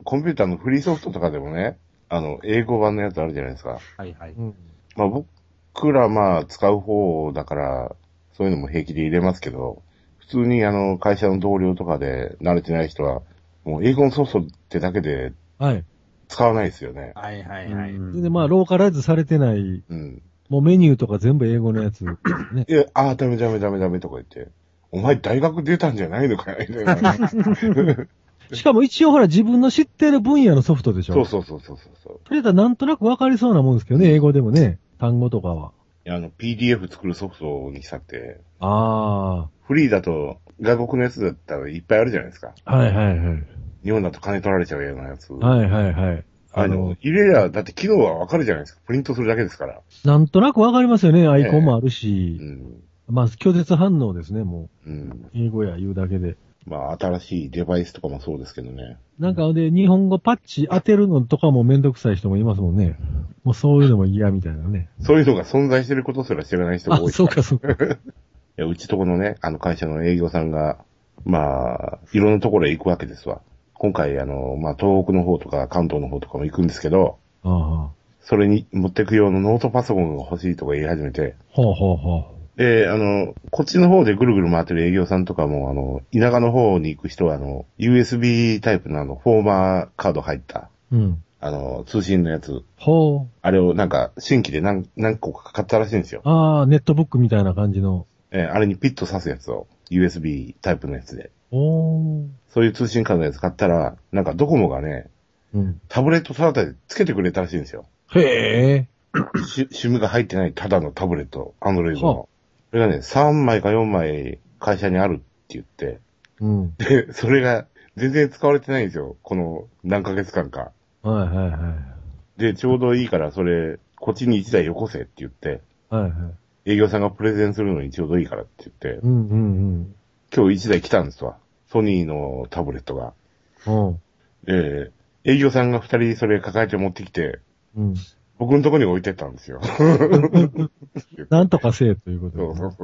コンピューターのフリーソフトとかでもね、英語版のやつあるじゃないですか。 はいはい。 まあ僕ら使う方だから、そういうのも平気で入れますけど、普通に会社の同僚とかで慣れてない人は、もう英語のソフトってだけで、 はい。 使わないですよね。 はいはいはい。 で、まあ、ローカライズされてない、もうメニューとか全部英語のやつ、ね。 いや、ダメとか言って、お前大学出たんじゃないのかよ、みたいな。 しかも一応ほら自分の知ってる分野のソフトでしょ。 そう。それだなんとなくわかりそうなもんですけどね、英語でもね、単語とかは。 いや、PDF 作るソフトにしたって、 あフリーだと、外国のやつだったらいっぱいあるじゃないですか。 はい。 日本だと金取られちゃうようなやつ。 はい。 入れりゃ、だって機能はわかるじゃないですか。プリントするだけですから。 なんとなくわかりますよね、アイコンもあるし。まあ、拒絶反応ですね、もう。英語や言うだけで。 まあ、新しいデバイスとかもそうですけどね。 なんかで、日本語パッチ当てるのとかもめんどくさい人もいますもんね。もうそういうのも嫌みたいなね。 そういうのが存在してることすら知らない人が多い。 そうか。 いや、うちとこのね、会社の営業さんが、まあ、いろんなところへ行くわけですわ。今回、東北の方とか関東の方とかも行くんですけど、それに持ってく用のノートパソコンが欲しいとか言い始めて、で、こっちの方でぐるぐる回ってる営業さんとかも、田舎の方に行く人は、USB タイプのフォーマーカード入った、通信のやつ。あれをなんか、新規で何個か買ったらしいんですよ。 ネットブックみたいな感じの。 あれにピッと挿すやつを、USB タイプのやつで。そういう通信カードのやつ買ったら、なんかドコモがね、タブレットタダでつけてくれたらしいんですよ。 へぇSIM が入ってないただのタブレット、アンドロイドの。それがね、3枚か4枚会社にあるって言って、で、それが全然使われてないんですよ。この何ヶ月間か。で、ちょうどいいからそれ、こっちに1台よこせって言って、営業さんがプレゼンするのにちょうどいいからって言って、今日1台来たんですわ。ソニーのタブレットが。で、営業さんが2人それ抱えて持ってきて、僕のとこに置いてったんですよ。 なんとかせえということで。 そう。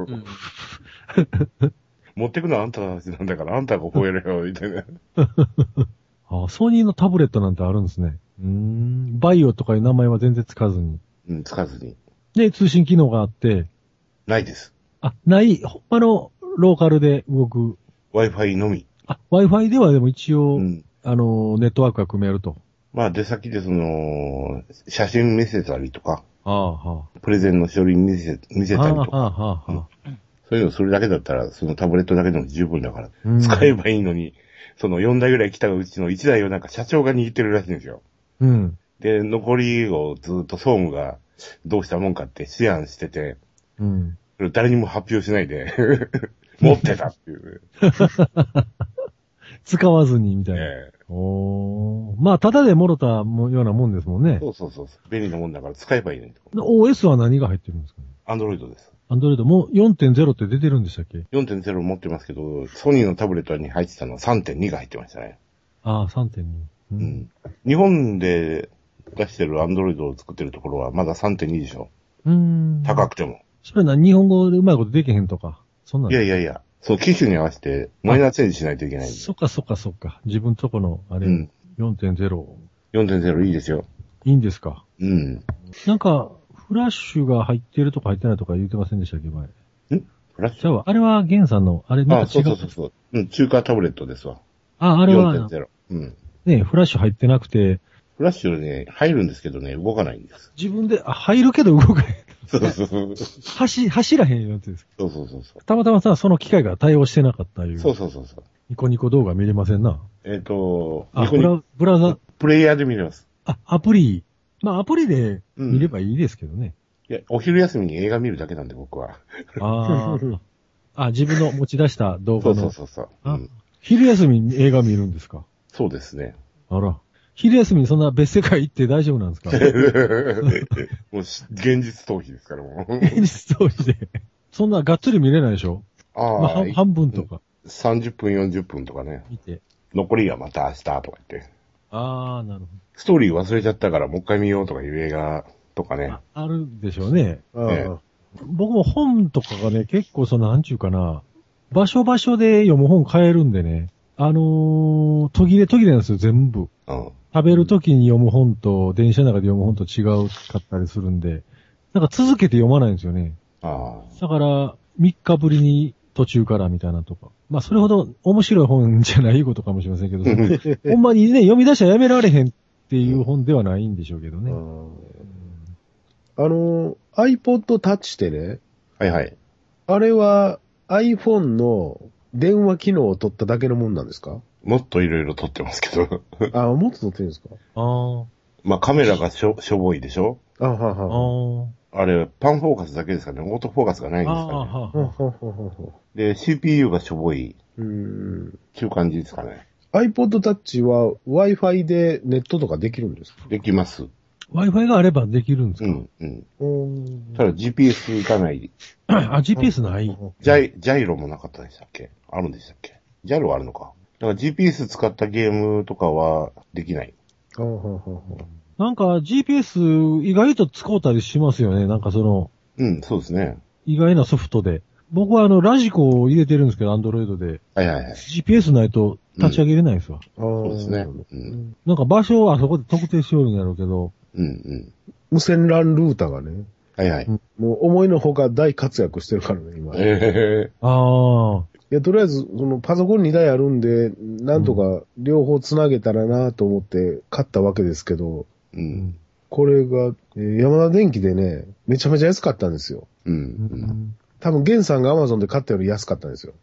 持ってくのはあんたたちなんだから、あんたが覚えろよ、みたいな。 ソニーのタブレットなんてあるんですね。バイオとかいう名前は全然つかずに。 つかずに。 で、通信機能があって。 ないです。 ない。ローカルで動く。 Wi-Fi のみ。 Wi-Fi ではでも一応、ネットワークが組めると。 まあ、出先で写真見せたりとか、プレゼンの書類見せたりとか、そういうのするだけだったら、そのタブレットだけでも十分だから、使えばいいのに、その4台ぐらい来たうちの1台をなんか社長が握ってるらしいんですよ。で、残りをずっと総務がどうしたもんかって思案してて、誰にも発表しないで、持ってたっていう、 使わずに、みたいな。まあ、ただでもろたようなもんですもんね。 そう。便利なもんだから使えばいいのに。 OS は何が入ってるんですかね？ アンドロイドです。 アンドロイドもう 4.0 って出てるんでしたっけ？ 4.0 持ってますけど、ソニーのタブレットに入ってたのは 3.2 が入ってましたね。 3.2。 日本で出してるアンドロイドを作ってるところはまだ 3.2 でしょ。高くても。 それ日本語でうまいことできへんとか。そんなん。 いや。その機種に合わせてマイナーチェンジしないといけないんで。 そっか。自分とこの、4.0。 4.0 いいですよ。 いいんですか？ なんか、フラッシュが入ってるとか入ってないとか言ってませんでしたっけ、前。 フラッシュ？ あれはゲンさんの、あれなんか違う。 そう。中華タブレットですわ。 あれは。 4.0。 ね、フラッシュ入ってなくて。 フラッシュね、入るんですけどね、動かないんです。 自分で、入るけど動かない。 そう。 走らへんやつです。 そう。 たまたまその機械が対応してなかったいう。 そう。 ニコニコ動画見れませんな。 ブラザー。プレイヤーで見れます。 アプリ。まあ、アプリで見ればいいですけどね。 いや、お昼休みに映画見るだけなんで、僕は。 自分の持ち出した動画の。 そう。 昼休みに映画見るんですか？ そうですね。 あら。昼休みにそんな別世界行って大丈夫なんですか？ もう現実逃避ですからもう。 現実逃避で。そんながっつり見れないでしょ？半分とか。 30分、40分とかね。 見て。 残りはまた明日とか言って。 なるほど。 ストーリー忘れちゃったからもう一回見ようとかいう映画とかね。 あるでしょうね。僕も本とかがね、結構なんちゅうかな、場所で読む本買えるんでね。途切れなんですよ、全部。 食べるときに読む本と、電車の中で読む本と違うかったりするんで、なんか続けて読まないんですよね。だから、3日ぶりに途中からみたいなとか。まあ、それほど面白い本じゃないことかもしれませんけど、ほんまにね、読み出したらやめられへんっていう本ではないんでしょうけどね。 iPod Touch ってね。 はいはい。 あれは iPhone の電話機能を取っただけのもんなんですか？ もっといろいろ撮ってますけど。 もっと撮ってるんですか？ まあカメラがしょぼいでしょ？あれ、パンフォーカスだけですかね。オートフォーカスがないんですかね。で、CPU がしょぼい。っていう感じですかね。 iPod Touch は Wi-Fi でネットとかできるんですか？ できます。 Wi-Fi があればできるんですか？ ただ GPS がない。 GPS ない。 ジャイロもなかったでしたっけ？あるんでしたっけ？ジャイロはあるのか。だから GPS 使ったゲームとかはできない。 なんか GPS 意外と使うたりしますよね。なんかそうですね。 意外なソフトで。僕はラジコを入れてるんですけど、Android で。GPS ないと立ち上げれないですわ。 そうですね。 なんか場所をあそこで特定しよるんやろうけど。 無線 LAN ルーターがね。もう思いのほか大活躍してるからね、今。いや、とりあえず、パソコン2台あるんで、なんとか両方つなげたらなと思って買ったわけですけど、これが、ヤマダ電機でね、めちゃめちゃ安かったんですよ。多分、ゲンさんが Amazon で買ったより安かったんですよ。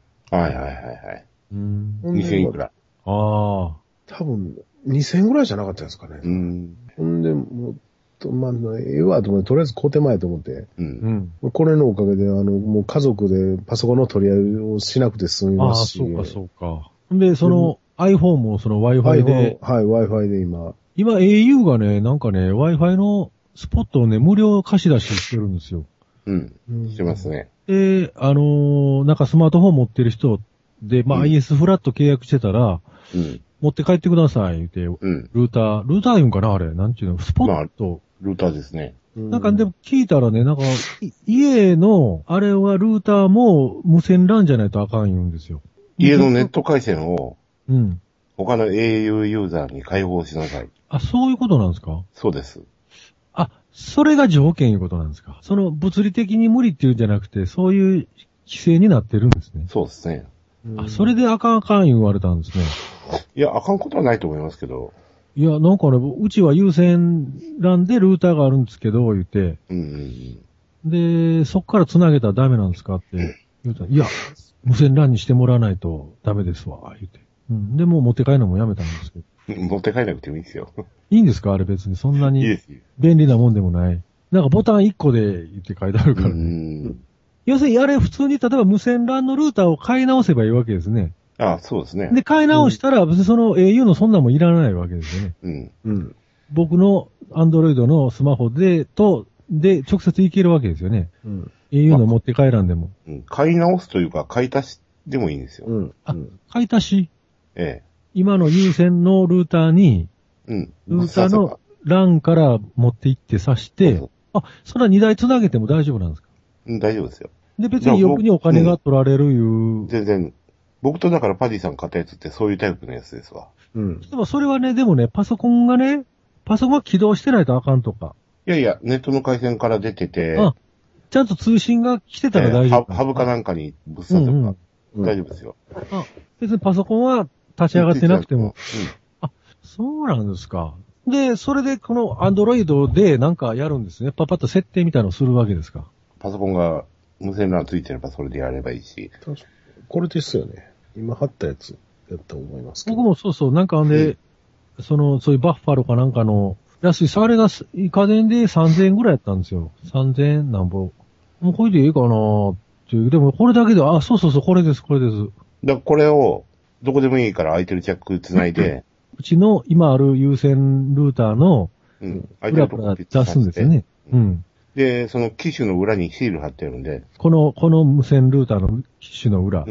2000いくら。 多分、2000円ぐらいじゃなかったですかね。ほんで、もう、まあ、ええわと思って、とりあえず買うてまえと思って。これのおかげで、もう家族でパソコンの取り合いをしなくて済みますし。 そうか。で、iPhone もWi-Fi で。 Wi-Fi で今。 今 au がね、なんかね、Wi-Fi のスポットをね、無料貸し出ししてるんですよ。 してますね。 で、なんかスマートフォン持ってる人で、まあ IS フラット契約してたら、持って帰ってください、言って、ルーター言うんかなあれ、なんちゅうの、スポット。 ルーターですね。 なんかでも聞いたらね、なんか、家の、あれはルーターも無線 LAN じゃないとあかん言うんですよ。 家のネット回線を、他の au ユーザーに開放しなさい。 そういうことなんですか？ そうです。 それが条件いうことなんですか？物理的に無理っていうんじゃなくて、そういう規制になってるんですね。 そうですね。 それであかん言われたんですね。 いや、あかんことはないと思いますけど。 いや、なんかね、うちは有線 LAN でルーターがあるんですけど、言って。で、そっから繋げたらダメなんですかって言うたら、いや、無線 LAN にしてもらわないとダメですわ、言って。で、もう持って帰るのもやめたんですけど。 持って帰らなくてもいいですよ。 いいんですかあれ別にそんなに便利なもんでもない。なんかボタン1個で言って書いてあるからね。要するにあれ普通に例えば無線 LAN のルーターを買い直せばいいわけですね。 そうですね。 で、買い直したら別にその au のそんなんもいらないわけですよね。僕の Android のスマホで直接いけるわけですよね。au の持って帰らんでも。 買い直すというか、買い足しでもいいんですよ。 買い足し今の有線のルーターに、ルーターの LAN から持って行って挿して、それは2台繋げても大丈夫なんですか？ 大丈夫ですよ。 で、別に欲にお金が取られるいう。 全然。僕とだからパディさん買ったやつってそういうタイプのやつですわ。 でもそれはね、でもね、パソコンが起動してないとあかんとか。 いやいや、ネットの回線から出てて、 ちゃんと通信が来てたら大丈夫。 ハブかなんかにぶっ刺せば大丈夫ですよ。 別にパソコンは立ち上がってなくても。そうなんですか。で、それでこの Android でなんかやるんですね。パパッと設定みたいなのをするわけですか。 パソコンが無線 LAN ついてればそれでやればいいし。 これですよね。今貼ったやつやったと思いますけど。 僕もそう、なんかね、そういうバッファローかなんかの安い、あれが家電で3000円ぐらいやったんですよ。3000円なんぼ。もうこれでいいかなっていう。でもこれだけで、そう、これです。 だからこれを、どこでもいいから空いてるジャック繋いで、 うちの今ある有線ルーターの裏から出すんですよね。 で、その機種の裏にシール貼ってあるんで、 この無線ルーターの機種の裏。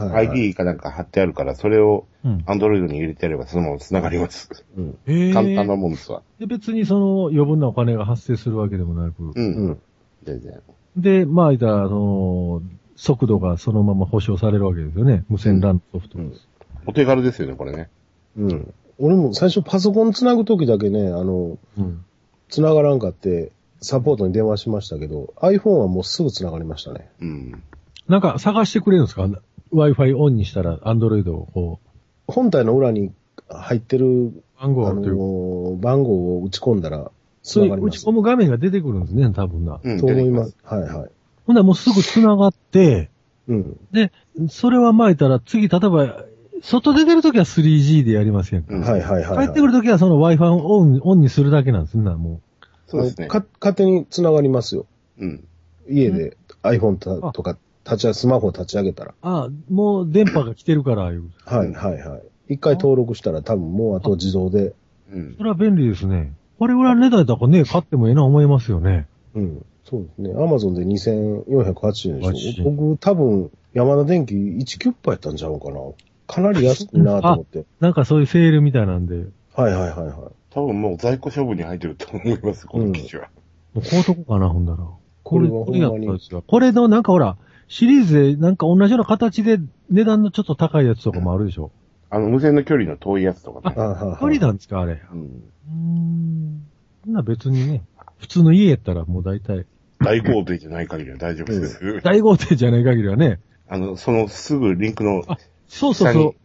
ID かなんか貼ってあるから、それを Android に入れてやればそのまま繋がります。簡単なもんですわ。 で、別に余分なお金が発生するわけでもなく。 全然。 で、まあ、速度がそのまま保証されるわけですよね。無線 LAN ソフトです。 お手軽ですよね、これね。 俺も最初パソコンつなぐときだけね、つながらんかって、サポートに電話しましたけど、iPhone はもうすぐつながりましたね。 うん。なんか探してくれるんですか？ Wi-Fi オンにしたら Android をこう。 本体の裏に入ってる番号を打ち込んだら、 そういう打ち込む画面が出てくるんですね、多分な。 そう思います。はいはい。 ほんならもうすぐ繋がって、 うん。 で、それは巻いたら次、例えば、外出てるときは 3G でやりますやんか。 はいはいはい。 帰ってくるときはその Wi-Fi をオンにするだけなんですね、もう。そうですね。勝手に繋がりますよ。 うん。 家で iPhone とかスマホ立ち上げたら。 ああ、もう電波が来てるから、いう。 はいはいはい。一回登録したら多分もうあと自動で。 うん。それは便利ですね。これぐらいの値段だからね、買ってもええな思いますよね。 うん。そうですね。Amazon で2480円でしょ。僕多分山田電機1キュッパやったんちゃうかな。かなり安いなと思って。 なんかそういうセールみたいなんで。 はいはいはいはい。 多分もう在庫処分に入ってると思います、この機種は。 もうこうとこかな、ほんだら。これはほんまに。これのなんかほら、シリーズでなんか同じような形で値段のちょっと高いやつとかもあるでしょ。 無線の距離の遠いやつとかね。 距離なんですか、あれ。そんな別にね、普通の家やったらもう大体。 大豪邸じゃない限りは大丈夫です。 大豪邸じゃない限りはね。 そのすぐリンクの。 そうそうそう。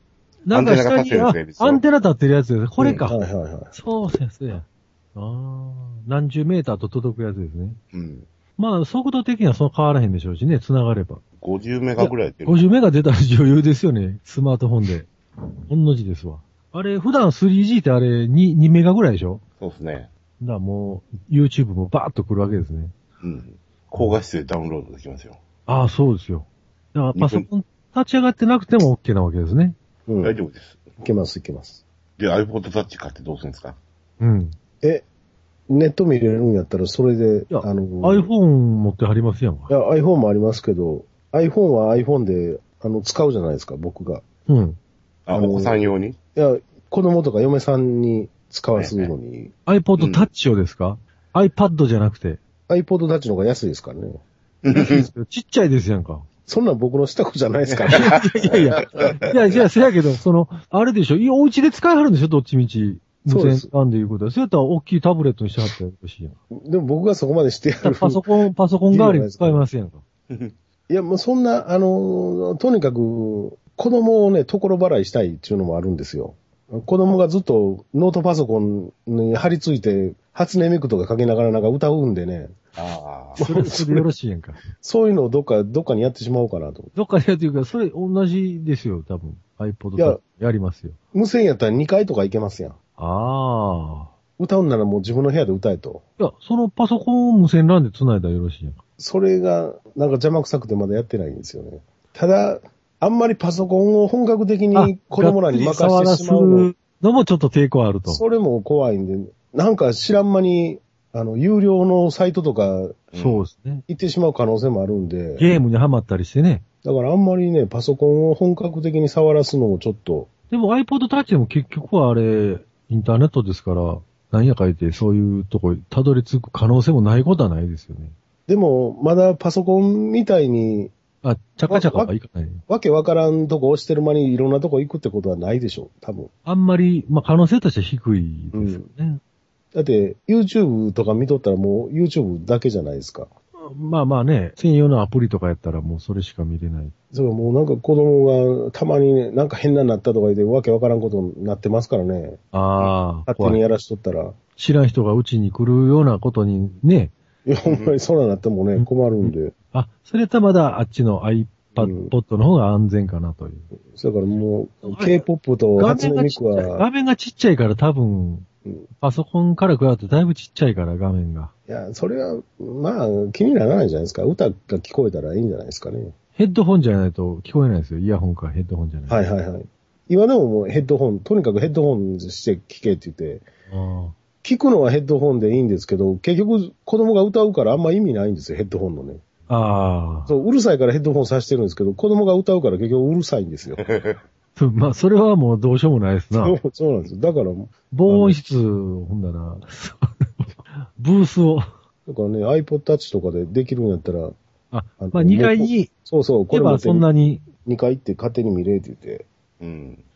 なんか下にアンテナ立ってるやつです。これか。 はいはいはい。 そうですね。何十メーターと届くやつですね。 うん。 まあ、速度的にはそう変わらへんでしょうしね、繋がれば。 50メガぐらい出る。 50メガ出たら余裕ですよね、スマートフォンで。同じですわ。あれ、普段 3G ってあれ2メガぐらいでしょ？ そうですね。だからもう、YouTube もバーッと来るわけですね。 うん。高画質でダウンロードできますよ。 ああ、そうですよ。だからパソコン立ち上がってなくても OK なわけですね。 うん。大丈夫です。 いけますいけます。 で、iPod Touch 買ってどうするんですか？ うん。 ネット見れるんやったらそれで、 iPhone 持ってはりますやんか。 いや、iPhone もありますけど、iPhone は iPhone で、使うじゃないですか、僕が。 うん。 お子さん用に？ いや、子供とか嫁さんに使わすのに。 iPod Touch をですか？ iPad じゃなくて。 iPod Touch の方が安いですからね。ちっちゃいですやんか。 そんなん僕のした子じゃないですから。 いや、じゃあ、せやけど、あれでしょ、お家で使いはるんでしょ、どっちみち。無線なんでいうことは。そうやったら大きいタブレットにしてはったらよろしいやん。 でも僕がそこまでしてやる。 パソコン代わりに使いますやんか。 いや、もうそんな、とにかく、子供をね、所払いしたいっていうのもあるんですよ。子供がずっとノートパソコンに張り付いて、初音ミクとかかけながらなんか歌うんでね。 ああ。それよろしいやんか。 そういうのをどっかにやってしまおうかなと。 どっかにやっていうか、それ同じですよ、多分。iPod やりますよ。 無線やったら2回とかいけますやん。 ああ。 歌うんならもう自分の部屋で歌えと。 いや、そのパソコンを無線 LAN で繋いだらよろしいやんか。 それが、なんか邪魔くさくてまだやってないんですよね。ただ、あんまりパソコンを本格的に子供らに任せてしまうのもちょっと抵抗あると。 それも怖いんで、なんか知らん間に、有料のサイトとか、 そうですね。 行ってしまう可能性もあるんで。 ゲームにハマったりしてね。 だからあんまりね、パソコンを本格的に触らすのもちょっと。 でも iPod Touch でも結局はあれ、インターネットですから、なんやか言ってそういうとこたどり着く可能性もないことはないですよね。 でも、まだパソコンみたいに、 チャカチャカはいかない。 わけわからんとこ押してる間にいろんなとこ行くってことはないでしょ、多分。 あんまり、可能性としては低いですよね。 だって、YouTube とか見とったらもう YouTube だけじゃないですか。 まあね、専用のアプリとかやったらもうそれしか見れない。 そう、もうなんか子供がたまにね、なんか変なになったとか言ってわけわからんことになってますからね。 ああ。 勝手にやらしとったら。 知らん人がうちに来るようなことにね。 いや、ほんまにそうなってもね、困るんで。 それとまだあっちの iPad の方が安全かなという。 だからもう、K-POP と初音ミクは。 画面がちっちゃいから多分、パソコンから比べるとだいぶちっちゃいから画面が。 いや、それは、まあ、気にならないじゃないですか。歌が聞こえたらいいんじゃないですかね。 ヘッドホンじゃないと聞こえないですよ。イヤホンかヘッドホンじゃない。 はいはいはい。今でももうヘッドホン、とにかくヘッドホンして聞けって言って、聞くのはヘッドホンでいいんですけど、結局子供が歌うからあんま意味ないんですよ、ヘッドホンのね。そう、うるさいからヘッドホンさしてるんですけど、子供が歌うから結局うるさいんですよ。 それはもうどうしようもないですな。 そうなんですよ。だから、 防音室、ほんだら、ブースを。 だからね、iPod Touch とかでできるんやったら、 2階に、 そうそう、 これもそんなに。 2階行って勝手に見れって言って。 うん。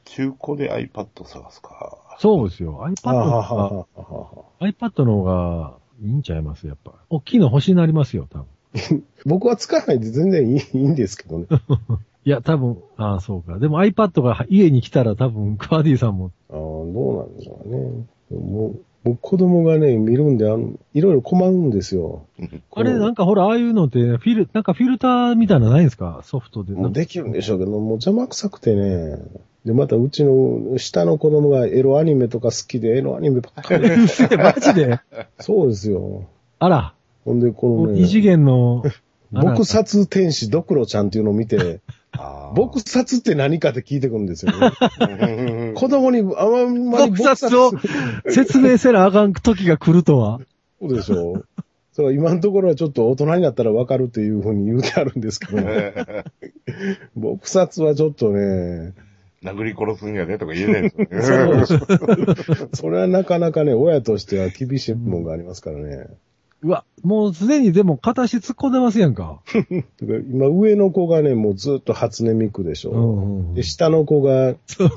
中古で iPad 探すか。 そうですよ。iPad の方がいいんちゃいますやっぱ。大きいの欲しになりますよ、多分。 僕は使わないで全然いいんですけどね。 いや、多分、そうか。でも iPad が家に来たら多分、クワディさんも。 どうなんでしょうね。僕子供がね、見るんで、いろいろ困るんですよ。 あれ、なんかほら、ああいうのって、なんかフィルターみたいなのないんですかソフトで。 もうできるんでしょうけど、もう邪魔くさくてね。で、またうちの下の子供がエロアニメとか好きで、エロアニメばっかり。 マジでそうですよ。 あら。 ほんで、このね。 異次元の。 撲殺天使ドクロちゃんっていうのを見て、撲殺って何かって聞いてくるんですよね。子供にあんまり撲殺を説明せなあかん時が来るとは。 そうでしょう。そう今のところはちょっと大人になったらわかるっていうふうに言うてあるんですけど、撲殺はちょっとね、 殴り殺すんやねとか言えないですよね。 それはなかなかね、親としては厳しいもんがありますからね。 うわ、もうすでにでも片足突っ込んでますやんか。 今上の子がね、もうずっと初音ミクでしょ。で、下の子が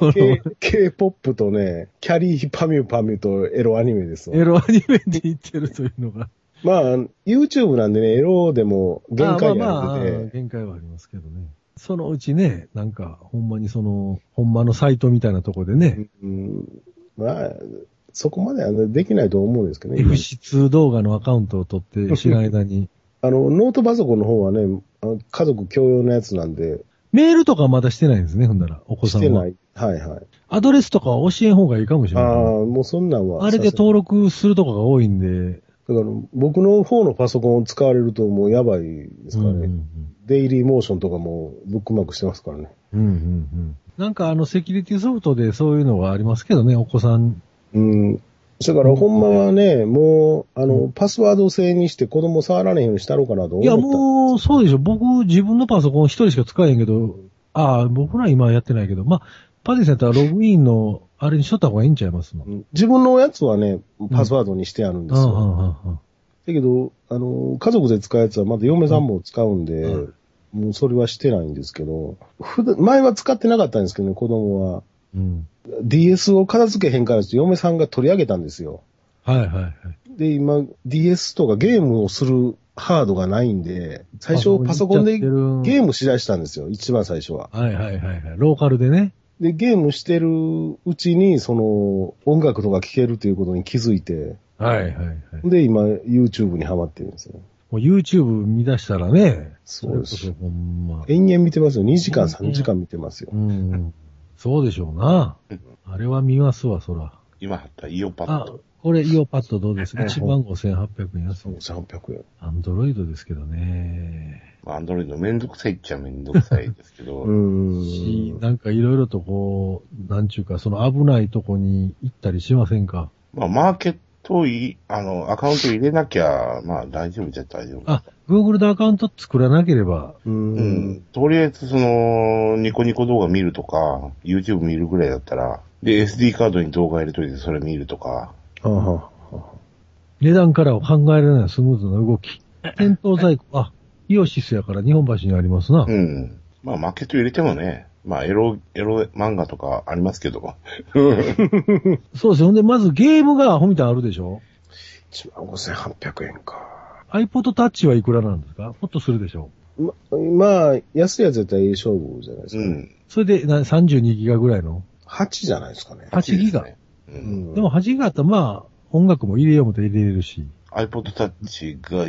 K-POP とね、キャリーパミュパミュとエロアニメですわ。 エロアニメで言ってるというのが。 まあ、YouTube なんでね、エロでも限界あるんで。 限界はありますけどね。そのうちね、なんか、ほんまにほんまのサイトみたいなとこでね。 まあ、そこまではできないと思うんですけどね。 F2 動画のアカウントを取って知る間に。 ノートパソコンの方はね、家族共用のやつなんで。 メールとかまだしてないんですね、ほんなら、お子さんは。してない。 はいはい。 アドレスとかは教えん方がいいかもしれない。 もうそんなんは。 あれで登録するとこが多いんで。 だから、僕の方のパソコンを使われるともうやばいですからね。デイリーモーションとかもブックマークしてますからね。 なんかセキュリティソフトでそういうのがありますけどね、お子さん。 だからほんまはね、もう、パスワード制にして子供触られへんようにしたろうかなと思った。 いや、もう、そうでしょ。僕、自分のパソコン一人しか使えへんけど、僕ら今やってないけど、パディさんやったらログインの、あれにしとった方がいいんちゃいますの？ 自分のやつはね、パスワードにしてあるんですよ。だけど、家族で使うやつはまだ嫁さんも使うんで、もうそれはしてないんですけど、前は使ってなかったんですけどね、子供は。DS を片付けへんからって嫁さんが取り上げたんですよ。で、今、DS とかゲームをするハードがないんで、最初パソコンでゲームしだしたんですよ、一番最初は。 ローカルでね。 で、ゲームしてるうちに、音楽とか聴けるということに気づいて、で、今、YouTube にハマってるんですよ。 もう YouTube 見出したらね。 そうです。ほんま。延々見てますよ。2時間、3時間見てますよ。 そうでしょうな。あれは見ますわ、そら。 今貼ったイオパッド。 これイオパッドどうですか ?15,800 円安い。 1800円。 アンドロイドですけどね。 アンドロイドめんどくさいっちゃめんどくさいですけど。 なんかいろいろとなんちゅうか、危ないとこに行ったりしませんか？ マーケットアカウント入れなきゃ、大丈夫じゃ大丈夫。 Google でアカウント作らなければ。 とりあえずニコニコ動画見るとか、YouTube 見るぐらいだったら、で、SD カードに動画入れといてそれ見るとか。 値段からは考えられないスムーズな動き。店頭在庫、イオシスやから日本橋にありますな。 マーケット入れてもね、エロ漫画とかありますけど。 そうですよ。で、まずゲームがアホみたいなのあるでしょ？ 15,800 円か。 iPod Touch はいくらなんですか？もっとするでしょ？ 安いやつやったらいい勝負じゃないですか。 それで32ギガぐらいの ?8 じゃないですかね。 8ギガ。でも8ギガだったら音楽も入れようもと入れれるし。 iPod Touch が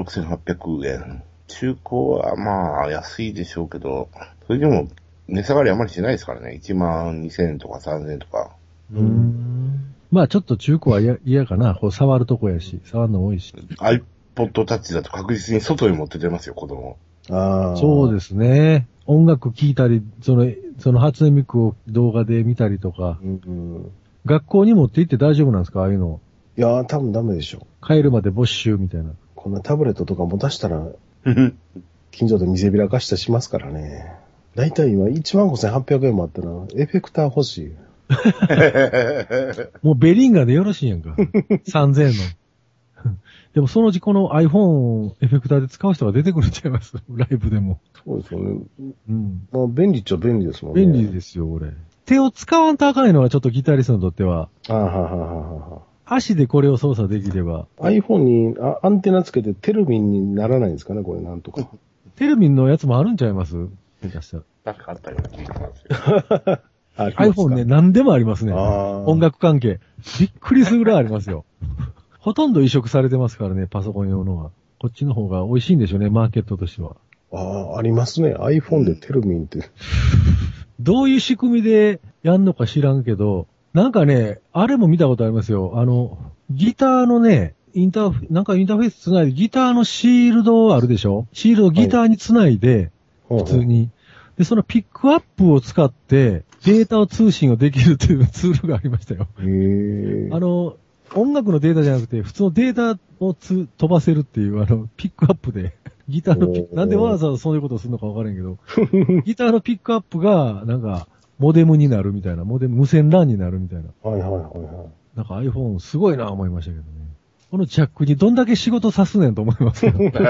16,800 円。中古は安いでしょうけど、それでも値下がりあまりしないですからね。12,000円とか3,000円とか。 ちょっと中古は嫌かな。触るとこやし、触るの多いし。 iPod Touch だと確実に外に持って出ますよ、子供。 そうですね。音楽聴いたり、その初音ミクを動画で見たりとか。学校に持って行って大丈夫なんですか？ああいうの。 いや多分ダメでしょ。 帰るまで没収みたいな。 こんなタブレットとか持たしたら、近所で見せびらかしたしますからね。だいたい今 15,800 円もあったら、エフェクター欲しい。 もうベリンガーでよろしいやんか。3,000円の。でもそのうちこの iPhone をエフェクターで使う人が出てくるんちゃいます？ライブでも。 そうですよね。便利っちゃ便利ですもんね。 便利ですよ、俺。 手を使わんとあかんのがちょっとギタリストにとっては。足でこれを操作できれば。 iPhone にアンテナつけてテルミンにならないんですかね、これなんとか。 テルミンのやつもあるんちゃいます？ 確かあったような気がしますよ。 iPhone ね、何でもありますね。音楽関係。びっくりするぐらいありますよ。ほとんど移植されてますからね、パソコン用のは。こっちの方が美味しいんでしょうね、マーケットとしては。 ありますね。iPhone でテルミンって。 どういう仕組みでやんのか知らんけど、なんかね、あれも見たことありますよ。ギターのね、インターフェースつないで、ギターのシールドあるでしょ？シールドをギターにつないで、普通に。で、そのピックアップを使って、データを通信をできるというツールがありましたよ。音楽のデータじゃなくて、普通のデータを飛ばせるっていう、ピックアップで、ギターのなんでわざわざそういうことをするのかわからんけど、ギターのピックアップが、なんか、モデムになるみたいな、無線 LAN になるみたいな。なんか iPhone すごいな思いましたけどね。このジャックにどんだけ仕事さすねんと思いますけど。や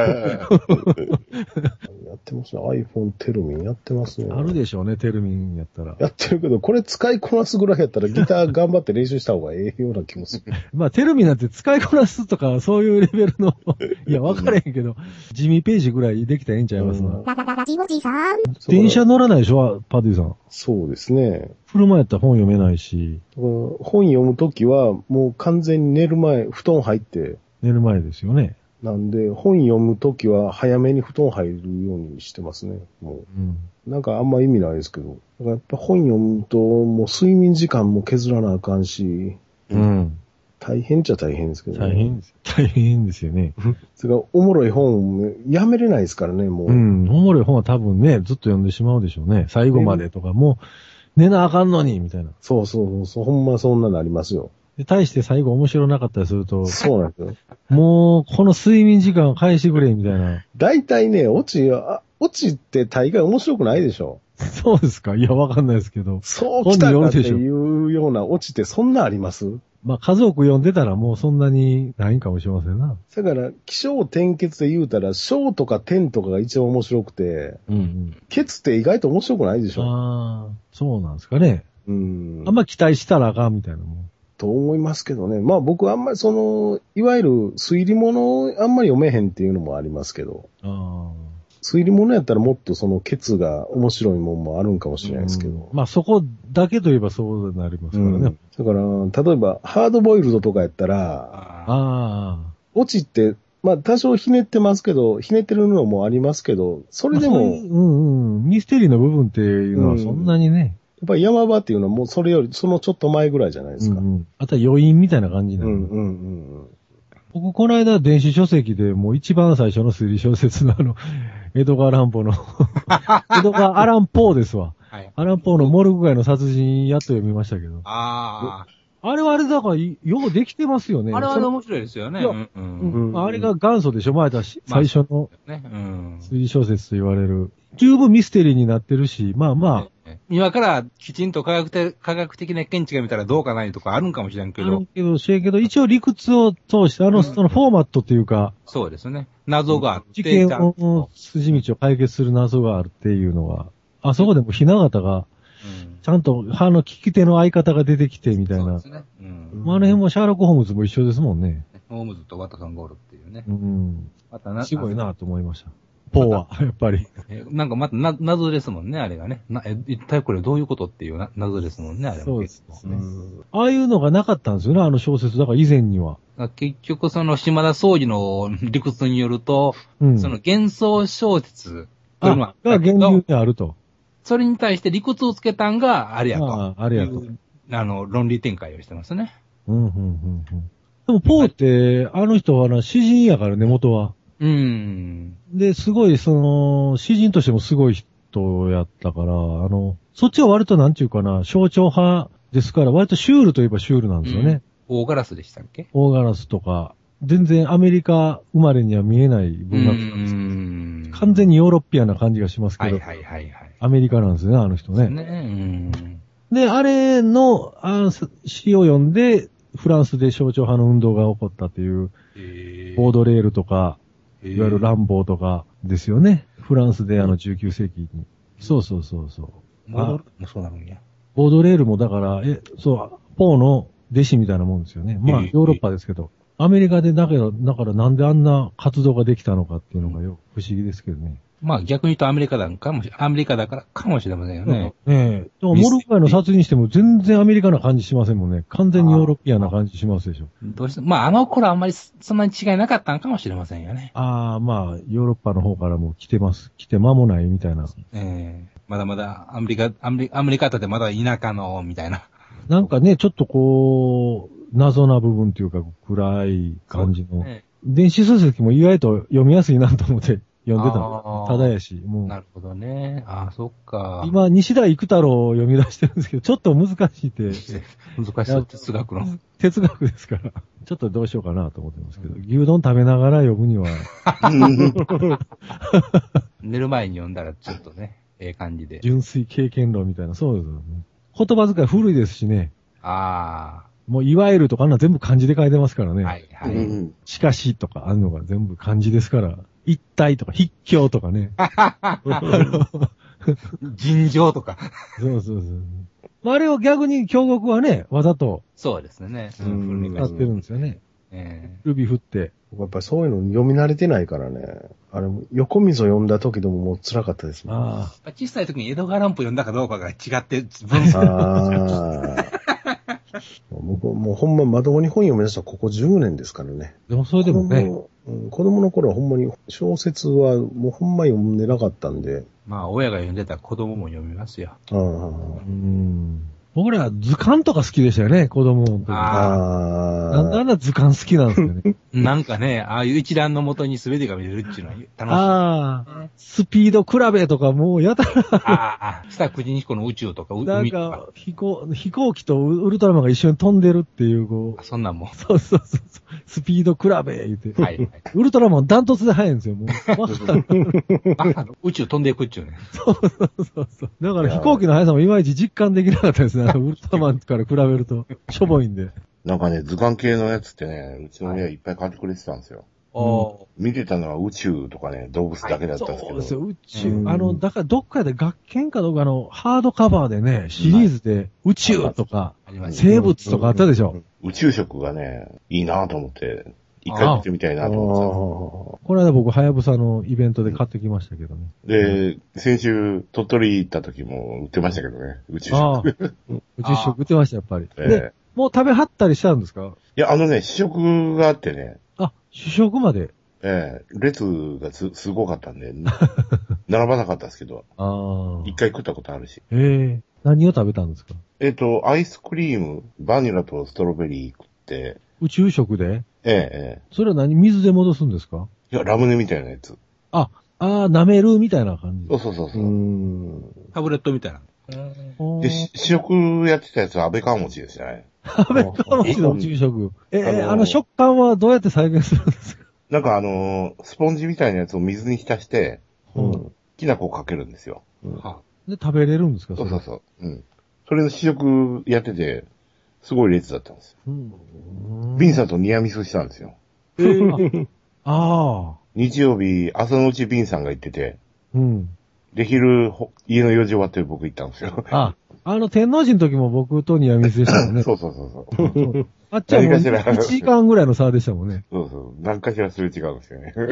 ってますね。iPhone テルミンやってますね。 あるでしょうね、テルミンやったら。 やってるけど、これ使いこなすぐらいやったらギター頑張って練習した方がええような気もする。 まあ、テルミンなんて使いこなすとか、そういうレベルの、いや、わかれへんけど、ジミーページぐらいできたらええんちゃいますの。電車乗らないでしょ、パディさん。 そうですね。 車やったら本読めないし。 本読むときは、もう完全に寝る前、布団入って。 寝る前ですよね。 なんで、本読むときは早めに布団入るようにしてますね。もう。なんかあんま意味ないですけど。だからやっぱ本読むと、もう睡眠時間も削らなあかんし。大変っちゃ大変ですけどね。大変ですよね。 それからおもろい本、やめれないですからね、もう。 おもろい本は多分ね、ずっと読んでしまうでしょうね。最後までとか、もう、寝なあかんのに、みたいな。 そう、ほんまそんなのありますよ。 で、対して最後面白なかったりすると。 そうなんですよ。 もう、この睡眠時間を返してくれ、みたいな。 大体ね、オチって大概面白くないでしょ。 そうですか？いや、わかんないですけど。 そう来たかっていうようなオチってそんなあります？ まあ、数多く読んでたらもうそんなにないんかもしれませんな。 だから、起承転結で言うたら、小とか点とかが一番面白くて、結って意外と面白くないでしょ。 ああ、そうなんですかね。あんま期待したらあかんみたいなもん。 と思いますけどね。まあ僕あんまりいわゆる推理物をあんまり読めへんっていうのもありますけど。推理物やったらもっとケツが面白いもんもあるんかもしれないですけど。 まあそこだけといえばそうなりますからね。 だから、例えばハードボイルドとかやったら、オチって、まあ多少ひねってますけど、ひねってるのもありますけど、それでも、 ミステリーの部分っていうのはそんなにね。 やっぱり山場っていうのはもうそれより、そのちょっと前ぐらいじゃないですか。 あとは余韻みたいな感じなの。僕、この間電子書籍でもう一番最初の推理小説のエドガー・ランポーのエドガー・アラン・ポーですわ。アラン・ポーのモルグ街の殺人やっと読みましたけど。あれはあれだから、ようできてますよね。 あれは面白いですよね。 あれが元祖でしょ、前だし、最初の推理小説と言われる。十分ミステリーになってるし、まあまあ。 今からきちんと科学的な見地が見たらどうかないとかあるんかもしれんけど。 一応理屈を通して、そのフォーマットっていうか。 そうですね。謎があって。 事件の筋道を解決する謎があるっていうのは、あそこでもひな形が、ちゃんと聞き手の相方が出てきてみたいな。そうですね。あの辺もシャーロック・ホームズも一緒ですもんね。 ホームズとワトソン・ゴールっていうね。 すごいなと思いました。ポーは、やっぱり。 なんかまた謎ですもんね、あれがね。一体これどういうことっていう謎ですもんね、あれも。 そうですね。ああいうのがなかったんですよね、あの小説。だから以前には。 結局島田総司の理屈によると、その幻想小説というのは。が源流にあると。 それに対して理屈をつけたんがあれやと。 あれやと。 論理展開をしてますね。 でもポーって、あの人は詩人やからね、元は。で、すごい、詩人としてもすごい人やったから、そっちは割となんていうかな、象徴派ですから、割とシュールといえばシュールなんですよね。 大ガラスでしたっけ？ 大ガラスとか、全然アメリカ生まれには見えない文学なんです。完全にヨーロッピアンな感じがしますけど、アメリカなんですね、あの人ね。で、あれの、詩を読んで、フランスで象徴派の運動が起こったっていう、ボードレールとか、いわゆるランボーとかですよね。フランスで19世紀に。そう。 モードもそうなるんや。 ボードレールもだから、ポーの弟子みたいなもんですよね。まあ、ヨーロッパですけど。アメリカでだからなんであんな活動ができたのかっていうのが不思議ですけどね。 まあ逆に言うとアメリカだからかもしれませんよね。 でもモルガイの撮影にしても全然アメリカな感じしませんもんね。完全にヨーロピアンな感じしますでしょ。 どうしてまああの頃あんまりそんなに違いなかったのかもしれませんよね。 まあヨーロッパの方からも来て間もないみたいな。 まだまだアメリカでまだ田舎の、みたいな。 なんかね、ちょっとこう、謎な部分というか暗い感じの。電子書籍も意外と読みやすいなと思って読んでたの。ただやし、もう。 なるほどね。そっか。 今、西田幾太郎を読み出してるんですけど、ちょっと難しいって。 難しそう、哲学の。 哲学ですから。ちょっとどうしようかなと思ってますけど、牛丼食べながら読むには。 寝る前に読んだらちょっとね、感じで。 純粋経験論みたいな、そうですよね。言葉遣い古いですしね。もういわゆるとかあんな全部漢字で書いてますからね。 はいはい。 しかしとかあるのが全部漢字ですから。一体とか筆境とかね。 尋常とか。 そう。あれを逆に京極はね、わざと。 そうですね。 使ってるんですよね。ルビ振って。 やっぱりそういうの読み慣れてないからね。あれ、横溝読んだ時でももう辛かったですもん。 小さい時に江戸川乱歩読んだかどうかが違ってもうほんままともに本読み出したらここ10年ですからね。 でもそれでもね。 子供の頃はほんまに小説はもうほんま読んでなかったんで。 まあ親が読んでたら子供も読みますよ。 僕らは図鑑とか好きでしたよね、子供の時。なんであんな図鑑好きなんですかね。 なんかね、ああいう一覧の元に全てが見れるっていうのは楽しい。 スピード比べとかもうやたら。下国彦の宇宙とか海とか。なんか飛行機とウルトラマンが一緒に飛んでるっていうそんなんも。 そう。スピード比べ言うて。はい。ウルトラマンダントツで速いんですよ、もう。 宇宙飛んでいくっちゅうね。 そう。だから飛行機の速さもいまいち実感できなかったですね。ウルトラマンから比べると、しょぼいんで。 なんかね、図鑑系のやつってね、うちの親いっぱい買ってくれてたんですよ。見てたのは宇宙とかね、動物だけだったんですけど。 そうですよ、宇宙。だからどっかで学研かどうかのハードカバーでね、シリーズで宇宙とか、生物とかあったでしょ。 宇宙食がね、いいなと思って、一回見てみたいなと思ってた。 この間僕、はやぶさのイベントで買ってきましたけどね。 で、先週、鳥取行った時も売ってましたけどね、宇宙食。 宇宙食売ってました、やっぱり。で、もう食べはったりしたんですか？ いや、試食があってね。 試食まで。 列がすごかったんで、並ばなかったですけど。一回食ったことあるし。 何を食べたんですか？ アイスクリーム、バニラとストロベリー食って。 宇宙食で？それは水で戻すんですか？ いや、ラムネみたいなやつ。 舐めるみたいな感じ。 そう。 タブレットみたいな。 で、試食やってたやつは安倍川餅でしたね。 安倍川餅の宇宙食。食感はどうやって再現するんですか？ なんかスポンジみたいなやつを水に浸して、きな粉をかけるんですよ。 で、食べれるんですか？ そう。それの試食やってて、すごい列だったんですよ。ビンさんとニアミスしたんですよ。日曜日、朝のうちビンさんが行ってて、で、昼、家の用事終わって僕行ったんですよ。 天王寺の時も僕とニアミスでしたもんね。 そう。 あっちはもう1時間ぐらいの差でしたもんね。 そう。何かしらすれ違うんですよね。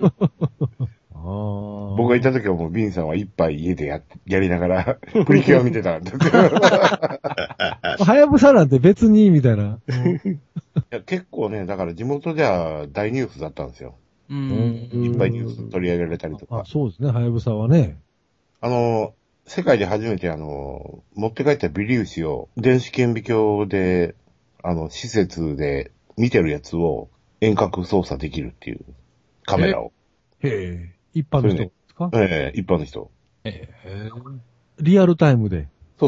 僕が行った時はもうビンさんは一杯家でやりながら、プリキュア見てたんですよ。 はやぶさなんて別に、みたいな。 いや結構ね、だから地元では大ニュースだったんですよ。いっぱいニュース取り上げられたりとか。 そうですね、はやぶさはね。 世界で初めて持って帰った微粒子を電子顕微鏡で、施設で見てるやつを遠隔操作できるっていうカメラを。 一般の人ですか？ 一般の人。 リアルタイムで。 そう。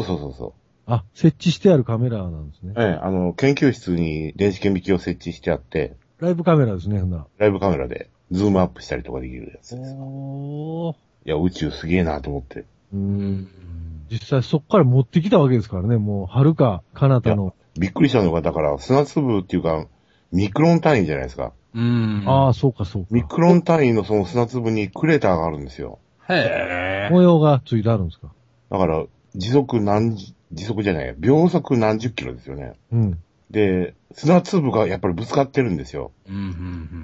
設置してあるカメラなんですね。 研究室に電子顕微鏡を設置してあって。 ライブカメラですね、 ライブカメラでズームアップしたりとかできるやつです。いや、宇宙すげえなと思って。 実際そこから持ってきたわけですからね、もう、遥か彼方の。 びっくりしたのが、だから、砂粒っていうか、ミクロン単位じゃないですか。 そうか。 ミクロン単位のその砂粒にクレーターがあるんですよ。 模様がついてあるんですか？ だから、時速何時速じゃない、秒速何十キロですよね。 うん。 で、砂粒がやっぱりぶつかってるんですよ。 うん、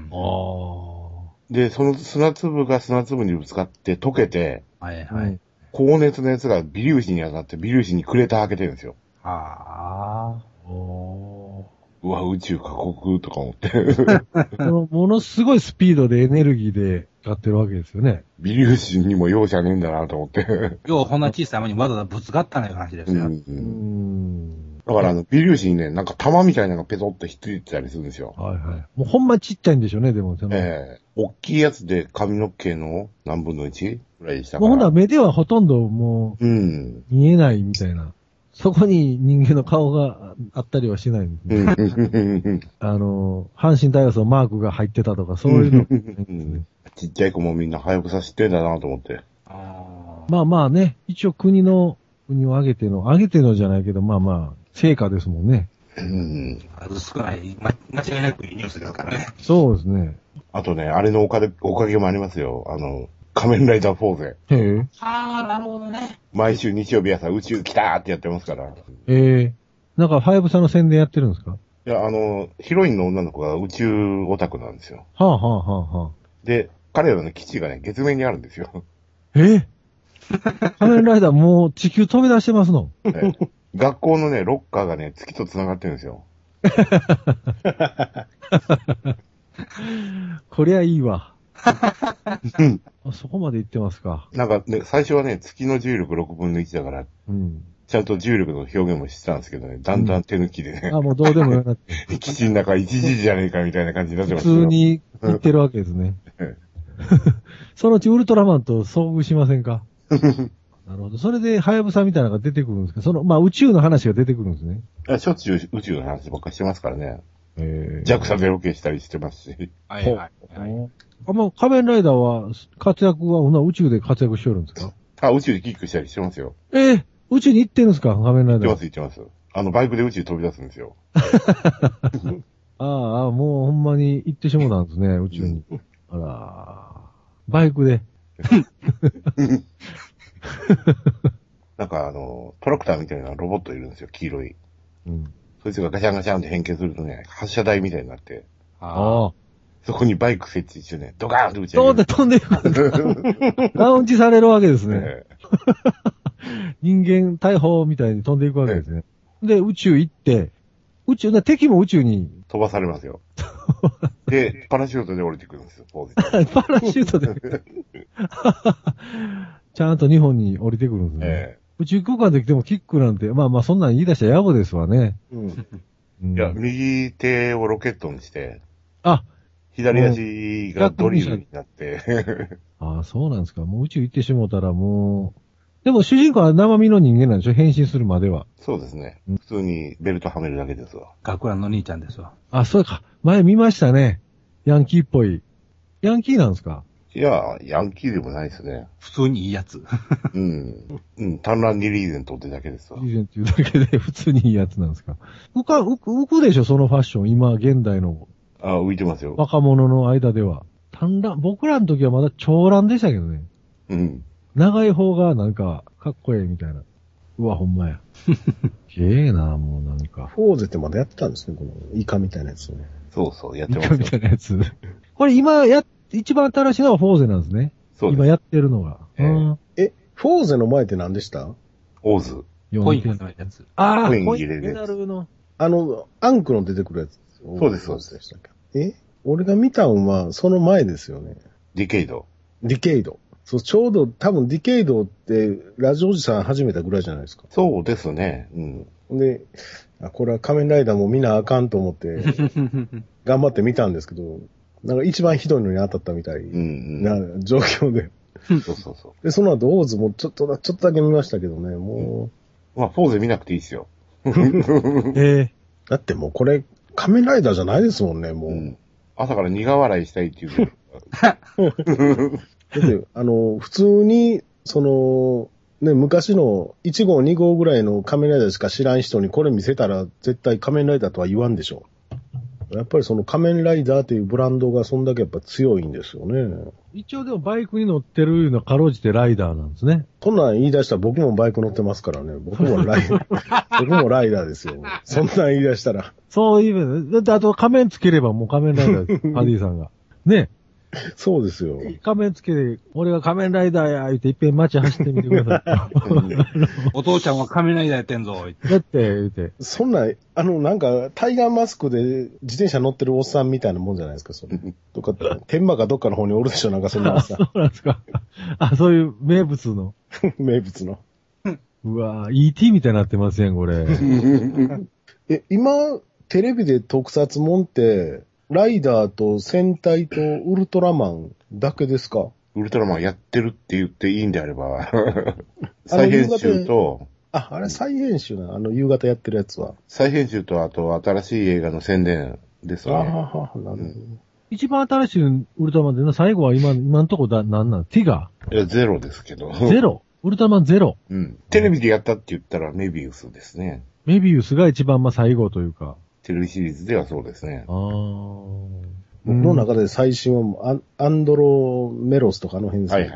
で、その砂粒が砂粒にぶつかって溶けて、 はいはい。 高熱のやつが微粒子に当たって微粒子にクレーター開けてるんですよ。 ああ。 うわ、宇宙過酷とか思って。 ものすごいスピードでエネルギーでやってるわけですよね。 微粒子にも容赦ねえんだなと思って。 要はこんな小さいものにわざわざぶつかったのよ話ですよ。 だから微粒子にね、なんか玉みたいなのがペトッとひっついてたりするんですよ。 はいはい。もうほんまちっちゃいんでしょうね、でも。 大きいやつで髪の毛の何分の 1? ぐらいでしたから。 もうほんとは目ではほとんどもう、見えないみたいな。そこに人間の顔があったりはしないんですね。阪神タイガースのマークが入ってたとか、そういうの、 ちっちゃい子もみんなハヤブサ知ってんだなと思って。 まあまあね、一応国を挙げてのじゃないけど、まあまあ、成果ですもんね。 少ない、間違いなくいいニュースですからね。 そうですね。 あとね、あれのおかげもありますよ。仮面ライダーフォーゼ。 へえ。 ああ、なるほどね。 毎週日曜日朝宇宙来たーってやってますから。 なんか、ハヤブサの宣伝やってるんですか？ いや、ヒロインの女の子が宇宙オタクなんですよ。 はあはあはあはあ。 で、彼らの基地がね、月面にあるんですよ。 仮面ライダーもう地球飛び出してますの。 学校のね、ロッカーがね、月と繋がってるんですよ。 こりゃいいわ。そこまで言ってますか。 なんかね、最初はね、月の重力6分の1だから、ちゃんと重力の表現もしてたんですけどね、だんだん手抜きでね。 もうどうでもよくなって。 基地の中一時じゃねえかみたいな感じになってます普通に言ってるわけですね。そのうちウルトラマンと遭遇しませんか？なるほど。それで、ハヤブサみたいなのが出てくるんですか？宇宙の話が出てくるんですね。 しょっちゅう宇宙の話ばっかりしてますからね。JAXA でロケしたりしてますし。 はいはい。 仮面ライダーは、活躍は、宇宙で活躍してるんですか？ 宇宙でキックしたりしてますよ。 宇宙に行ってるんですか？仮面ライダー。 行ってます。バイクで宇宙飛び出すんですよ。 もうほんまに行ってしもたんですね、宇宙に。あら、バイクで。 なんかトラクターみたいなロボットいるんですよ、黄色い。そいつがガシャンガシャンって変形するとね、発射台みたいになって。そこにバイク設置してね、ドカーンと打ち上げる。 飛んでいく。ラウンジされるわけですね。人間逮捕みたいに飛んでいくわけですね。で、宇宙行って、敵も宇宙に。 飛ばされますよ。で、パラシュートで降りてくるんですよ、 パラシュートで。ちゃんと日本に降りてくるんですね。宇宙空間で来てもキックなんて、そんなん言い出したら野暮ですわね。 いや、右手をロケットにして、 あ、 左足がドリルになって。 ああ、そうなんですか。もう宇宙行ってしもたらもう。でも主人公は生身の人間なんでしょ？変身するまでは。 そうですね。普通にベルトはめるだけですわ。 学ランの兄ちゃんですわ。 あ、そうか。前見ましたね。ヤンキーっぽい。ヤンキーなんですか？ いや、ヤンキーでもないですね。 普通にいいやつ。 単乱にリーゼントってだけですわ。 リーゼントいうだけで普通にいいやつなんですか？浮くでしょ、そのファッション。今、現代の。 浮いてますよ。 若者の間では。僕らの時はまだ長乱でしたけどね。長い方がなんか、かっこええみたいな。うわ、ほんまや。げえな、もうなんか。 フォーゼってまだやってたんですね、このイカみたいなやつね。 そうそう、やってますよ。 イカみたいなやつ。これ今一番新しいのはフォーゼなんですね。そうです。今やってるのが。 フォーゼの前って何でした？ オーズ。 コインのやつ。 コイン入れるやつ。 アンクの出てくるやつ。 そうです、そうです。 俺が見たんは、その前ですよね。 ディケイド。 そう、ちょうど多分ディケイドってラジオおじさん始めたぐらいじゃないですか。 そうですね。 で、これは仮面ライダーも見なあかんと思って、頑張って見たんですけど、なんか一番ひどいのに当たったみたいな状況で。 そう。 で、その後、オーズもちょっとだけ見ましたけどね、もう。フォーゼ見なくていいですよ。 だってもうこれ、仮面ライダーじゃないですもんね、もう。 朝から苦笑いしたいっていう。 だって、普通に、昔の1号2号ぐらいの仮面ライダーしか知らん人にこれ見せたら絶対仮面ライダーとは言わんでしょ。 やっぱりその仮面ライダーというブランドがそんだけやっぱ強いんですよね。 一応でもバイクに乗ってるのはかろうじてライダーなんですね。 こんなん言い出したら僕もバイク乗ってますからね。僕もライダーですよ。そんなん言い出したら。 そういうだってあと仮面つければもう仮面ライダーです。パディさんが。ね。 そうですよ。 仮面つけて、俺が仮面ライダーや、言っていっぺん街走ってみてください。 お父ちゃんは仮面ライダーやってんぞ、 だって、言って。 そんな、なんか、タイガーマスクで自転車乗ってるおっさんみたいなもんじゃないですか、それ。どっか、天満かどっかの方におるでしょ、なんかそんなおっさん。 そうなんですか。そういう名物の。 名物の。 うわぁ、ET みたいになってますやん、これ。 今、テレビで特撮もんって、ライダーと戦隊とウルトラマンだけですか？ ウルトラマンやってるって言っていいんであれば。再編集と、 あれ再編集な、夕方やってるやつは。 再編集と、あと新しい映画の宣伝ですね。 なるほど。 一番新しいウルトラマンで最後は今のとこなんなんティガー？いや、ゼロですけど。 ゼロ？ウルトラマンゼロ？ うん。テレビでやったって言ったらメビウスですね。 メビウスが一番最後というか。 テレビシリーズではそうですね。 僕の中で最新はアンドロメロスとかの辺ですね。 はい。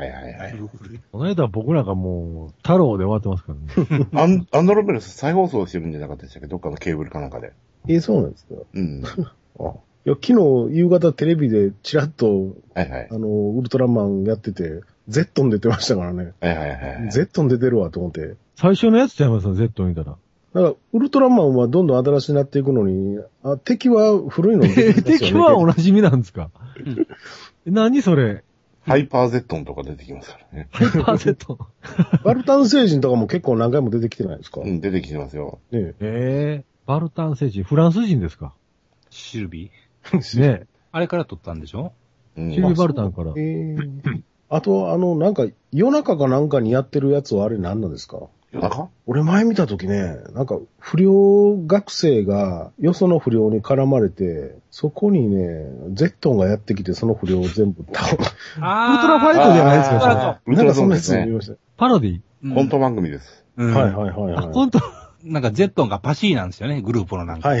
この間僕なんかもう、太郎で終わってますからね。 アンドロメロス再放送してるんじゃなかったでしたっけ？どっかのケーブルかなんかで。 そうなんですか。 うん。 いや、昨日夕方テレビでチラッと、ウルトラマンやってて、ゼットン出てましたからね。ゼットン出てるわと思って。 最初のやつちゃいますよ、ゼットン見たら。 だから、ウルトラマンはどんどん新しくなっていくのに、敵は古いのに出てきますよね。 敵はおなじみなんですか？何それ？ ハイパーゼットンとか出てきますからね。 ハイパーゼットン。 バルタン星人とかも結構何回も出てきてないですか？ うん、出てきてますよ。 ねバルタン星人、フランス人ですか？ シルビーねあれから撮ったんでしょ？ シルビー・バルタンから。 あと、なんか、夜中かなんかにやってるやつはあれ何なんですか？ 夜中？ 俺前見たときね、なんか不良学生がよその不良に絡まれて、そこにね、ゼットンがやってきてその不良を全部倒す。 ウルトラファイトじゃないですか？ ウルトラそんなやつ見ました。 パロディ？ コント番組です。 はい。 コントなんかゼットンがパシーなんですよね、グループのなんか。 はい。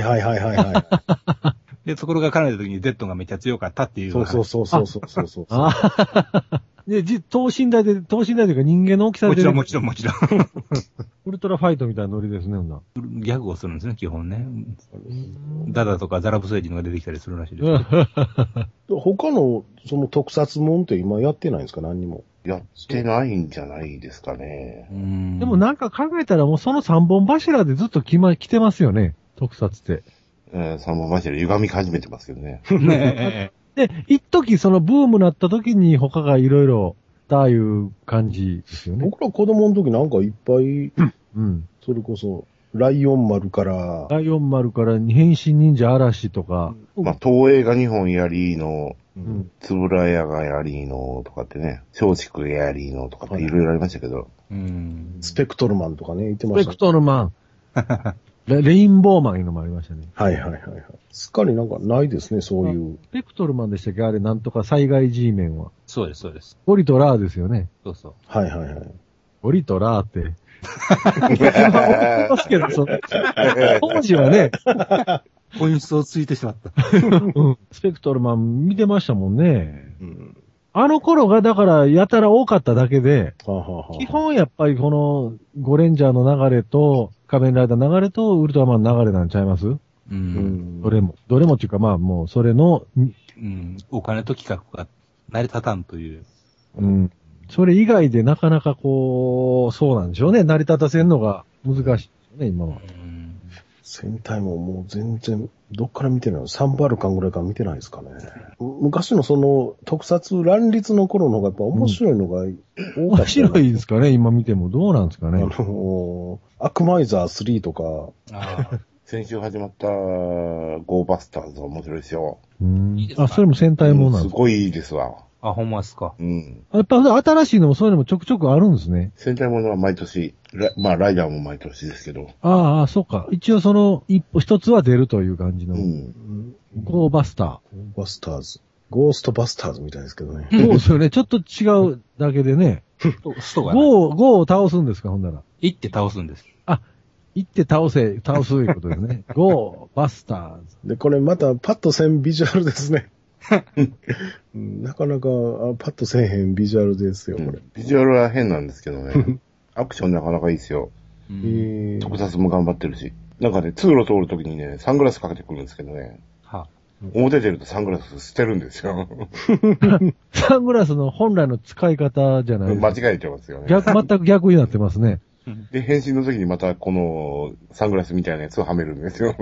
で、そこが絡めた時にゼットンがめっちゃ強かったっていう。 そう。 で、等身大というか人間の大きさで。 もちろん。 ウルトラファイトみたいなノリですね、 ギャグをするんですね、基本ね。ダダとかザラブ星人が出てきたりするらしいです。 他の、その特撮もんって今やってないんですか？何にも。 やってないんじゃないですかね。 でもなんか考えたらもうその三本柱でずっと来てますよね、特撮って。 三本柱歪み始めてますけどね。 で、一時そのブームなった時に他がいろいろ、だいう感じですよね。 僕ら子供の時なんかいっぱい、それこそ、ライオン丸から、 変身忍者嵐とか。 東映が2本やりの、つぶらやがやりのとかってね、松竹がやりのとかっていろいろありましたけど。 スペクトルマンとかね、言ってました。 スペクトルマン。レインボーマンいうのもありましたね。 はい。すっかりなんかないですね、そういう。 スペクトルマンでしたっけ？あれ、なんとか災害 G メンは。 そうです。 ゴリとラーですよね。 そう。 はい。 ゴリとラーって。ますけど、当時はね。 本質をついてしまった。 スペクトルマン見てましたもんね。あの頃がだからやたら多かっただけで、基本やっぱりこのゴレンジャーの流れと、仮面ライダーの流れとウルトラマンの流れなんちゃいます？どれもっていうかもうそれの、 お金と企画が成り立たんという。 それ以外でなかなかそうなんでしょうね。成り立たせるのが難しいですよね、今は。 戦隊もう全然、どっから見てないの？サンバルカンぐらいから見てないですかね。昔のその、特撮乱立の頃の方がやっぱ面白いのが多かった。 面白いですかね、今見ても。どうなんですかね。 アクマイザー3とか。 先週始まったゴーバスターズは面白いですよ。 それも戦隊もなんですか？すごいいいですわ。 ほんまですか。 やっぱ新しいのもそういうのもちょくちょくあるんですね。 戦隊ものは毎年、ライダーも毎年ですけど。 そうか。一応その一つは出るという感じの。ゴーバスター。 ゴーバスターズ。ゴーストバスターズみたいですけどね。 そうですよね。ちょっと違うだけでね。ゴーを倒すんですか、ほんなら。 行って倒すんです。 行って倒すいうことですね。ゴー、バスターズ。 で、これまたパッとせんビジュアルですね。なかなかパッとせえへんビジュアルですよ、これ。 ビジュアルは変なんですけどね。アクションなかなかいいですよ。特撮も頑張ってるし。なんかね、通路通るときにね、サングラスかけてくるんですけどね。表出るとサングラス捨てるんですよ。 サングラスの本来の使い方じゃないですか。 間違えてますよね。 全く逆になってますね。 で、変身の時にまたこのサングラスみたいなやつをはめるんですよ。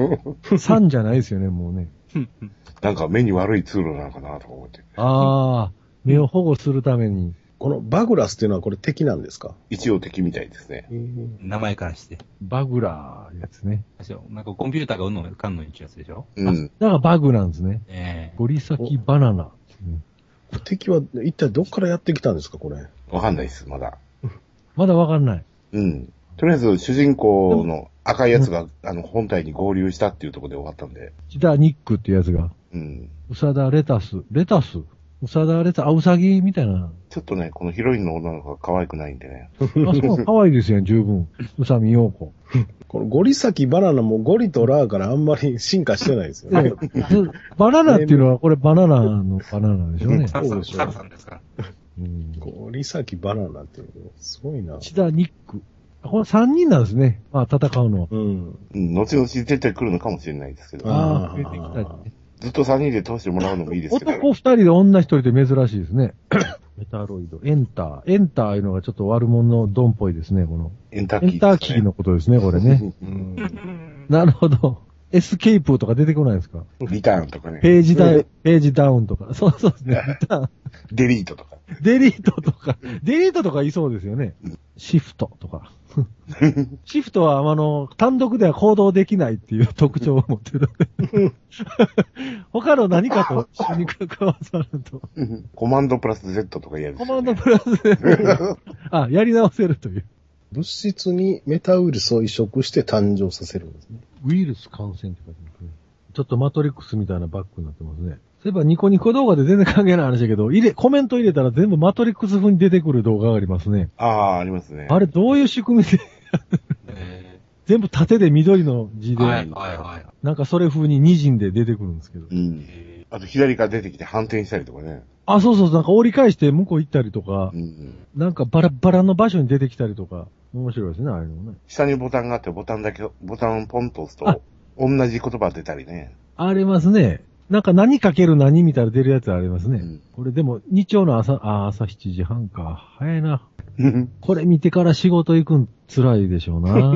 3じゃないですよね、もうね。 なんか目に悪い通路なのかなと思って。 ああ、目を保護するために。 このバグラスっていうのはこれ敵なんですか？ 一応敵みたいですね。 名前からして。 バグラーやつね。 なんかコンピューターがうんのかんのにちやつでしょ？ だからバグなんですね。ゴリサキバナナ。 敵は一体どっからやってきたんですか、これ。 わかんないです、まだ。 まだわかんない。 とりあえず主人公の赤いやつが、本体に合流したっていうところで終わったんで。 チダニックっていうやつが。ウサダレタス。ウサダレタス。ウサギみたいな。 ちょっとね、このヒロインの女の子が可愛くないんでね。 そう、可愛いですよ、十分。宇佐美陽子。 このゴリサキバナナもゴリとラーからあんまり進化してないですよね。 バナナっていうのは、これバナナのバナナでしょうね。 そうでしょう。 さんですか。 ゴリサキバナナっていうのすごいな。 チダニック。これ3人なんですね。戦うのは。 後々出てくるのかもしれないですけど。 出てきたりね。 ずっと3人で通してもらうのもいいですけど。 男2人で女1人で珍しいですね。メタロイド、エンターいうのがちょっと悪者のドンっぽいですね、この。 エンターキーのことですね、これね。なるほど。エスケープとか出てこないですか？ リターンとかね。 ページダウンとか。そうですね。リターン。 デリートとか。 デリートとかいそうですよね。シフトとか。シフトは、単独では行動できないっていう特徴を持ってる。他の何かと一緒に関わさると。 コマンドプラス Z とかやる、ね。 コマンドプラス Z。やり直せるという。 物質にメタウイルスを移植して誕生させるんですね。 ウイルス感染って書いてますね。ちょっとマトリックスみたいなバッグになってますね。そういえばニコニコ動画で全然関係ない話だけど、コメント入れたら全部マトリックス風に出てくる動画がありますね。 ありますね。 あれどういう仕組みで全部縦で緑の字で、なんかそれ風に二陣で出てくるんですけど。 あと左から出てきて反転したりとかね。 そう、なんか折り返して向こう行ったりとか、なんかバラバラの場所に出てきたりとか、面白いですね、あれもね。 下にボタンがあってボタンをポンと押すと、同じ言葉出たりね。 ありますね。なんか何かける何みたいな出るやつありますね。これでも日曜の朝7時半か。早いな。これ見てから仕事行くん辛いでしょうな。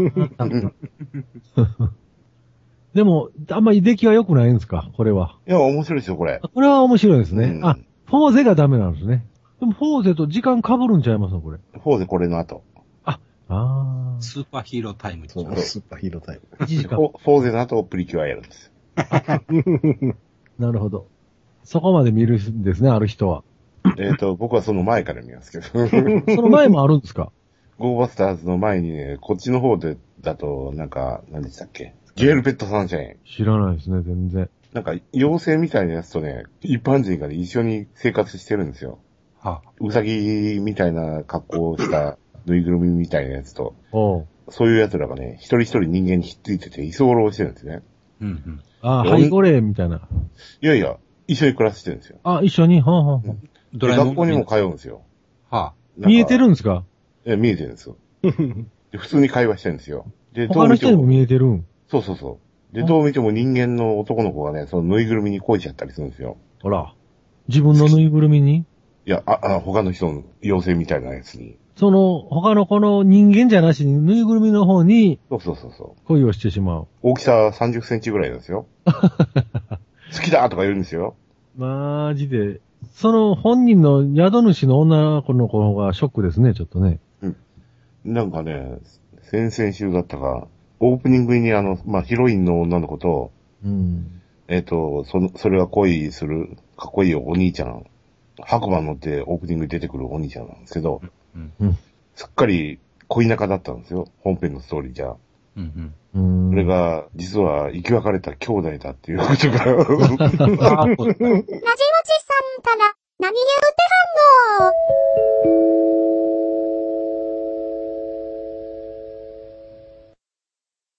でも、あんまり出来は良くないんですかこれは。 いや、面白いですよ、これ。 これは面白いですね。フォーゼがダメなんですね。でも、フォーゼと時間被るんちゃいますのこれ。 フォーゼこれの後。 スーパーヒーロータイム。 そう、スーパーヒーロータイム。 1時間。 フォーゼの後、プリキュアやるんです。 なるほど。そこまで見るんですね、ある人は。 僕はその前から見ますけど。 その前もあるんですか？ ゴーバスターズの前にね、こっちの方で、だと、なんか、何でしたっけ？ジュエルペットサンシャイン。 知らないですね、全然。 なんか、妖精みたいなやつとね、一般人がね、一緒に生活してるんですよ。うさぎみたいな格好をしたぬいぐるみみたいなやつと、そういう奴らがね、一人一人人間にひっついてて居候してるんですね。 ハイゴレーみたいな。 いやいや、一緒に暮らしてるんですよ。 一緒に学校にも通うんですよ。 見えてるんですか？ 見えてるんですよ。で普通に会話してるんですよ。で、 他の人にも見えてるん？ そう。で、どう見ても人間の男の子がね、そのぬいぐるみに恋しちゃったりするんですよ。 ほら。自分のぬいぐるみに？ いや、他の人の妖精みたいなやつに。 他のこの人間じゃなしに、ぬいぐるみの方に、 そう。 恋をしてしまう。 大きさ30センチぐらいなんですよ。好きだとか言うんですよ。 マジで。その本人の宿主の女の子の方がショックですね、ちょっとね。 なんかね、先々週だったか、オープニングにヒロインの女の子と、それが恋する、かっこいいお兄ちゃん、白馬乗ってオープニングに出てくるお兄ちゃんなんですけど、すっかり恋仲だったんですよ、本編のストーリーじゃ。それが、実は生き別れた兄弟だっていうことが。 ラジオチさんから何言うてはんの